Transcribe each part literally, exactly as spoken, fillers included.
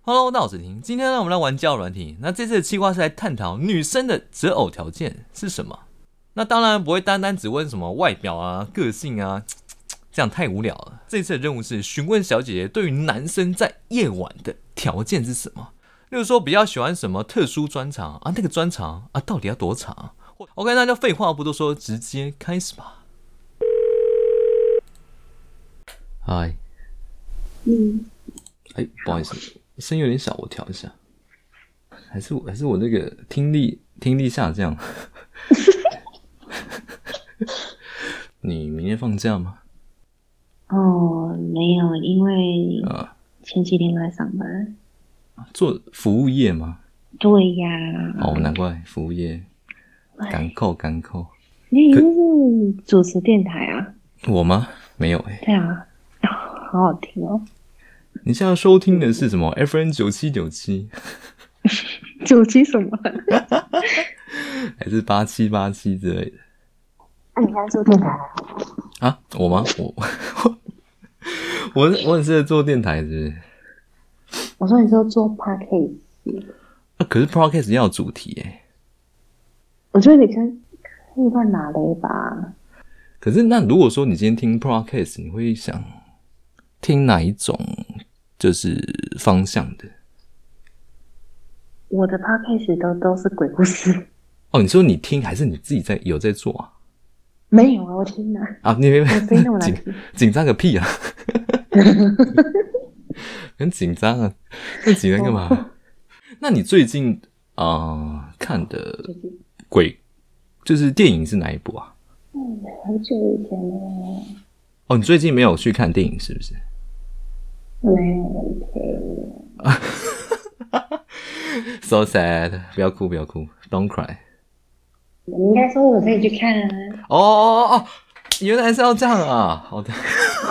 Hello， 大家好，我是婷。今天呢，我们来玩交友软体。那这次的企划是来探讨女生的择偶条件是什么。那当然不会单单只问什么外表啊、个性啊，这样太无聊了。这次的任务是询问小姐姐对于男生在夜晚的条件是什么。例如说，比较喜欢什么特殊专长啊？那个专长啊，到底要多长？OK， 那就废话不多说，直接开始吧。嗨， 嗯， 哎，不好意思，声音有点小，我调一下。还是我还是我那个听力听力下降。你明天放假吗？ 哦，没有，因为前几天来上班。 啊、做服务业吗？ 对呀。 哦，难怪服务业赶扣赶扣。 你是不是主持电台啊？ 我吗？没有哎、欸。 对啊，好好听哦。 你现在收听的是什么 ？F M 九七九七。 九七什么？ 还是八七八七之类的？ 那、啊、你现在做电台啊？我吗？我我我很适合做电台，是不是？ 我说你说做 podcast。 啊，可是 podcast 要有主题耶、欸。 我觉得你可以可以乱拿雷吧。 可是那如果说你今天听 podcast， 你会想听哪一种就是方向的？ 我的 podcast 都都是鬼故事。 哦，你说你听还是你自己在有在做啊？ 没有啊，我听啊。 啊，你没没那么难听， 紧张个屁啊！很紧张啊，那紧张干嘛？哦、那你最近啊、呃、看的鬼就是电影是哪一部啊？ 嗯，很久以前了。 哦，你最近没有去看电影是不是？ 没有人陪。 So sad， 不要哭，不要哭 ，Don't cry。 你应该说我可以去看啊。 哦哦哦，原来是要这样啊！好的。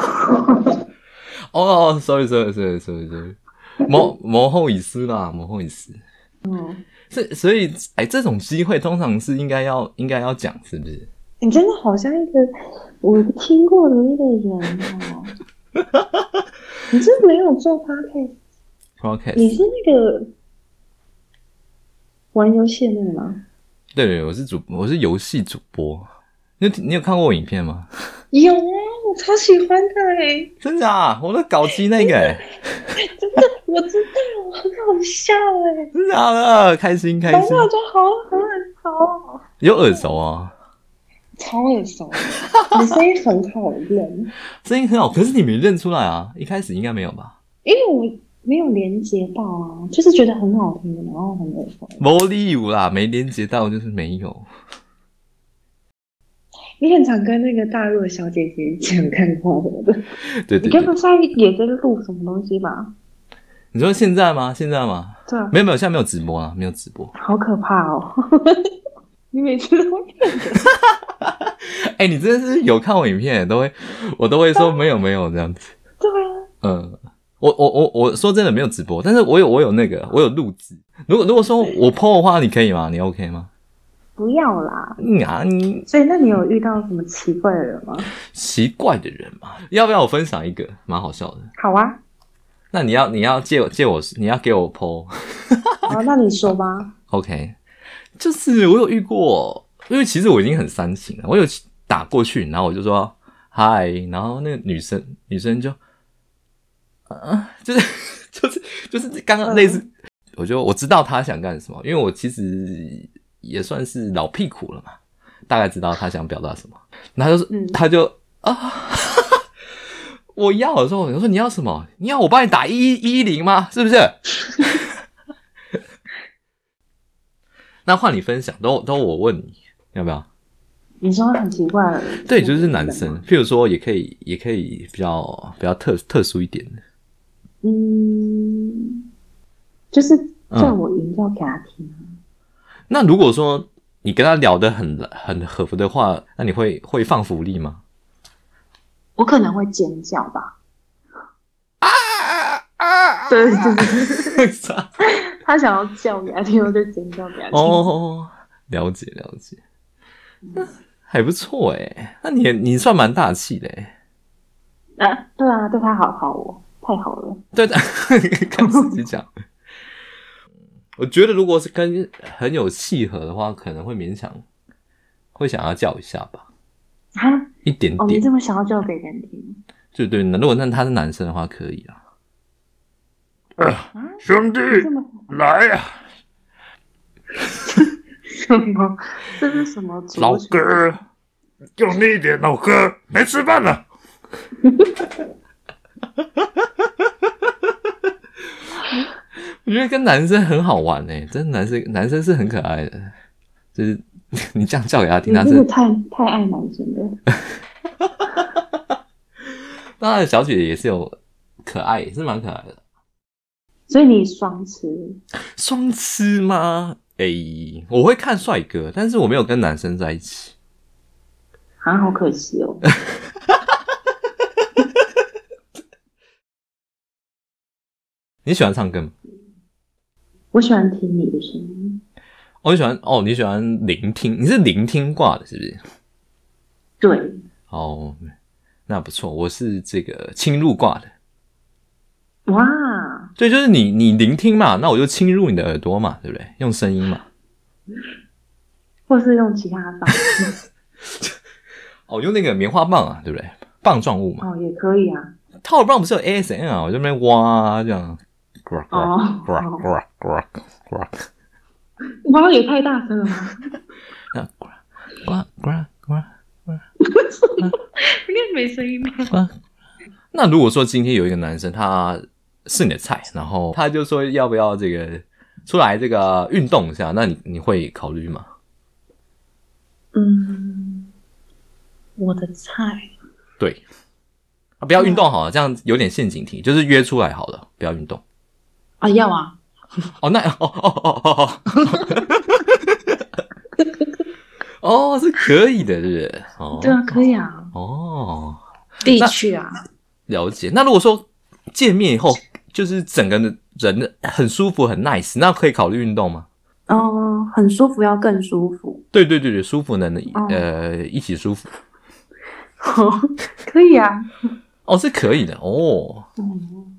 哦哦 ，sorry sorry sorry sorry sorry， 谋谋后已失啦，谋后已失。 嗯， 所以所以哎，这种机会通常是应该要应该要讲，是不是？ 你真的好像一个我听过的一个人哦。你是没有做 podcast？podcast， 你是那个玩游戏的那个吗？ 对对，我是主，我是游戏主播。你有你有看过我影片吗？ 有啊，我超喜欢的哎！ 真的啊，我的搞基那个哎， 真的，我知道，很好笑哎！ 真的假的？开心开心， 讲话就好很耳熟， 有耳熟啊， 超耳熟。你声音很好认， 声音很好，可是你没认出来啊？一开始应该没有吧？ 因为我没有连接到啊，就是觉得很好听，然后很耳熟。 没理由啦，没连接到就是没有。 你很常跟那个大陆的小姐姐讲看话什么的， 对 对, 对， 你根本现在也在录什么东西吧？ 你说现在吗？现在吗？ 对啊， 没有没有，现在没有直播啊，没有直播。 好可怕哦！你每次都会骗人。 哎、欸，你真的是有看我影片，都会我都会说没有没有这样子。 对啊， 嗯，我我我我说真的没有直播，但是我有我有那个我有录制。如果如果说我 po 的话，你可以吗？你 OK 吗？ 不要啦！ 嗯啊，你所以那你有遇到什么奇怪的人吗？奇怪的人吗？要不要我分享一个？蛮好笑的。 好啊。 那你要你要借我借我，你要给我 po。 好，那你说吧。 OK， 就是我有遇过，因为其实我已经很煽情了，我有打过去，然后我就说嗨，然后那个女生女生就，啊，就是就是就是刚刚类似，嗯、我就我知道她想干什么，因为我其实也算是老屁股了嘛，大概知道她想表达什么，然后他就、嗯、他就啊。我要的时候，我说你要什么？你要我帮你打一一零吗？是不是？那换你分享，都都我问你要不要？ 你说很奇怪的， 对，就是男生，譬如说也可以，也可以比较比较特特殊一点的。 嗯，就是叫我营造给他听、嗯。 那如果说你跟他聊得很很合的话，那你会会放福利吗？ 我可能会尖叫吧。啊啊！对对对，他想要叫给他听，我就尖叫给他听。 哦，了解了解，那还不错哎。那你你算蛮大气的哎。 啊，对啊，对他好好哦， 太好了。 对的，跟自己讲。我觉得如果是跟很有契合的话，可能会勉强会想要叫一下吧。 哈， 一点点。 哦，你这么想要叫给人听？ 对对，如果那他是男生的话，可以啊。 啊，兄弟，来呀、啊！ 什么？这是什么？ 老哥，用力一点，老哥，没吃饭了。 我觉得跟男生很好玩诶、欸，真的男生男生是很可爱的，就是你这样叫给他听，他真的太太爱男生了。 当然，小姐姐也是有可爱，也是蛮可爱的。 所以你双吃？ 双吃吗？诶、欸，我会看帅哥，但是我没有跟男生在一起。 啊，好可惜哦。 你喜欢唱歌吗？ 我喜欢听你的声音。 我、哦、喜欢哦，你喜欢聆听，你是聆听挂的，是不是？ 对。 哦，那不错，我是这个侵入挂的。 哇， 对，就是你你聆听嘛，那我就侵入你的耳朵嘛，对不对？用声音嘛， 或是用其他方式。 哦，用那个棉花棒啊，对不对？棒状物嘛。 哦，也可以啊。 套耳棒不是有 A S M R 啊？我这边挖这样。 哦， 哇， 哇也太大声了吧！ 那呱呱呱呱， 应该没声音吧？ 那如果说今天有一个男生，他是你的菜，然后他就说要不要这个出来这个运动一下，那你你会考虑吗？ 嗯，我的菜。 对，啊，不要运动好了，这样有点陷阱题，就是约出来好了，不要运动。 啊，要啊。 哦，那哦哦哦哦哦，哦是可以的，是不是？哦， 对啊，可以啊。 哦， 必须啊。 了解。那如果说见面以后，就是整个人很舒服、很 nice， 那可以考虑运动吗？ 哦，很舒服，要更舒服。 对对对对，舒服能、 哦、 呃一起舒服。 哦，可以啊。 哦，是可以的哦。 嗯。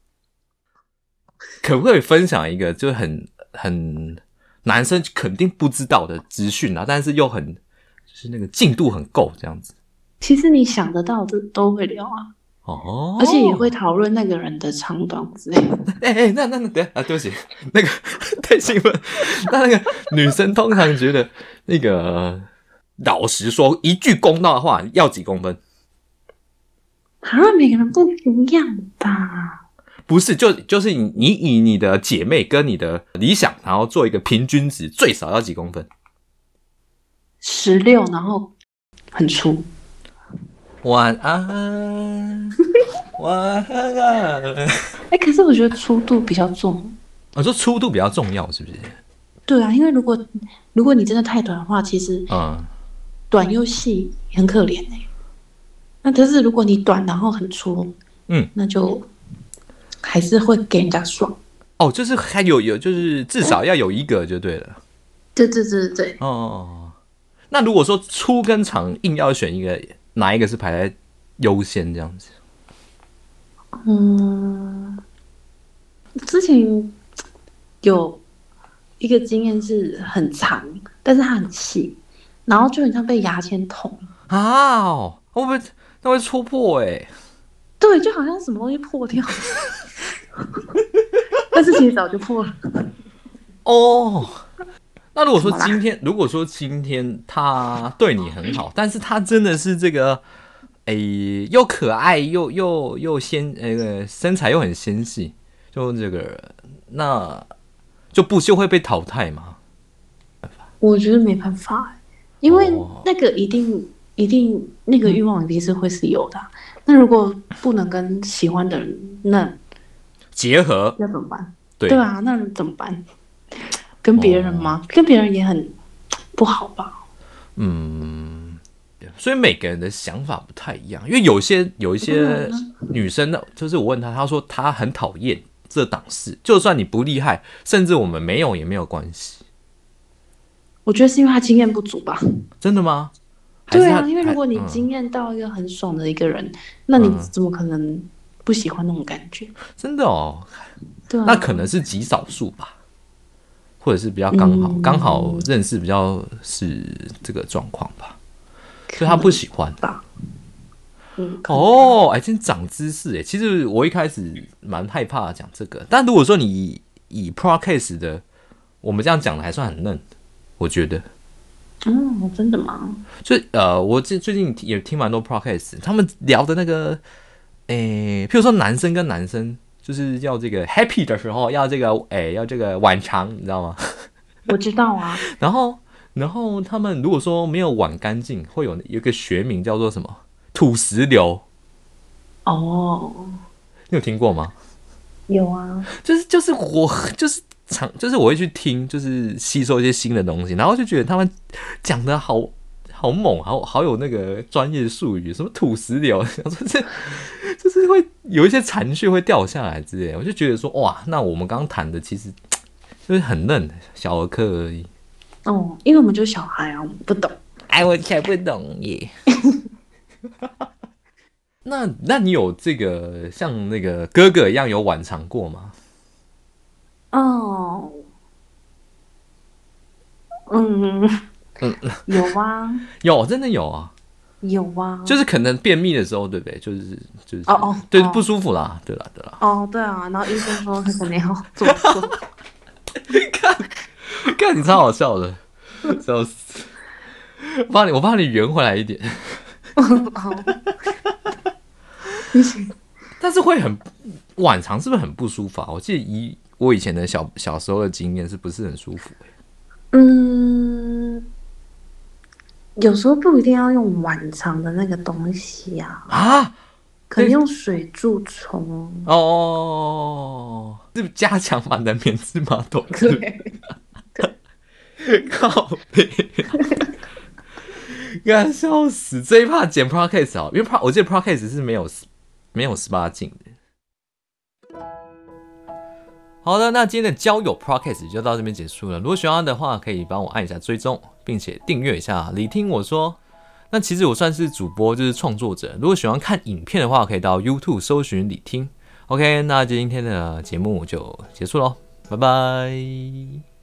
可不可以分享一个就很很男生肯定不知道的资讯啊？但是又很就是那个进度很够这样子。 其实你想得到的都会聊啊。 哦， 而且也会讨论那个人的长短之类的。 哎哎、欸，那那那等一下啊，对不起，那个太兴奋。那那个女生通常觉得那个老实说一句公道的话要几公分？ 好像每个人不一样吧。 不是，就就是你以你的姐妹跟你的理想，然后做一个平均值，最少要几公分？ 十六，然后很粗。 晚安，晚安。 哎、欸，可是我觉得粗度比较重。 我、哦、说粗度比较重要，是不是？ 对啊，因为如果如果你真的太短的话，其实嗯，短又细很可怜哎、欸。那但是如果你短然后很粗，嗯，那就。还是会给人家爽哦，就是还有有，就是至少要有一个就对了。 对对对对。 哦，那如果说粗跟长硬要选一个，哪一个是排在优先这样子？ 嗯，之前有一个经验是很长，但是它很细，然后就很像被牙签捅啊，会不会那会戳破哎、欸？ 对，就好像什么东西破掉。但是其实早就破了。 哦，那如果说今天，如果说今天他对你很好，但是他真的是这个，诶，又可爱又又又纤，呃，身材又很纤细，就这个，那就不就会被淘汰吗？ 我觉得没办法，因为那个一定、哦、一定那个欲望一定是会是有的、啊。那如果不能跟喜欢的人那结合， 要怎么办？ 对对啊，那怎么办？跟别人吗？哦、跟别人也很不好吧？ 嗯，所以每个人的想法不太一样，因为有些有一些女生呢，就是我问她，她说她很讨厌这档事，就算你不厉害，甚至我们没有也没有关系。 我觉得是因为她经验不足吧？ 真的吗？ 对啊，因为如果你经验到一个很爽的一个人，嗯、那你怎么可能不喜欢那种感觉。 真的哦， 对啊， 那可能是极少数吧，或者是比较刚好刚、嗯、好认识比较是这个状况吧，所以他不喜欢吧。 嗯， 哦，哎，真长知识哎！其实我一开始蛮害怕讲这个，但如果说你以, 以 podcast 的，我们这样讲的还算很嫩，我觉得。 嗯，真的吗？ 就呃，我最最近也听蛮多 podcast， 他们聊的那个，诶，譬如说男生跟男生，就是要这个 happy 的时候，要这个诶，要这个晚长，你知道吗？ 我知道啊。 然后，然后他们如果说没有晚干净，会有有一个学名叫做什么？土石流。 哦， 你有听过吗？ 有啊， 就是就是我就是常就是我会去听，就是吸收一些新的东西，然后就觉得他们讲的好好猛，好好有那个专业术语，什么土石流，想说这就是会有一些残屑会掉下来之类的，我就觉得说哇，那我们刚刚谈的其实就是很嫩，小儿科而已。 哦，因为我们就是小孩啊，我们不懂。 哎，我才不懂耶。那那你有这个像那个哥哥一样有晚长过吗？ 哦，嗯嗯，有啊， 有，真的有啊， 有啊， 就是可能便秘的时候，对不对？就是就是哦哦， 对，不舒服啦，对啦对啦。 哦，对啊，然后医生说他可能要做做。 看，看你超好笑的，笑死！我帮你，我帮你圆回来一点。 好， 但是会很晚长，是不是很不舒服啊？我记得以我以前的小小时候的经验，是不是很舒服、欸？ 嗯，有时候不一定要用晚长的那个东西啊。 啊， 可能用水柱冲。 哦，是加强版的免治马桶。 对， 靠北。干笑死！这一趴剪 podcast 好，因为我记得 podcast 是没有没有十八禁的。好的，那今天的交友 podcast 就到这边结束了。如果喜欢的话，可以帮我按一下追踪，并且订阅一下李听我说。那其实我算是主播，就是创作者。如果喜欢看影片的话，可以到 YouTube 搜寻李听。OK， 那今天的节目就结束咯，拜拜。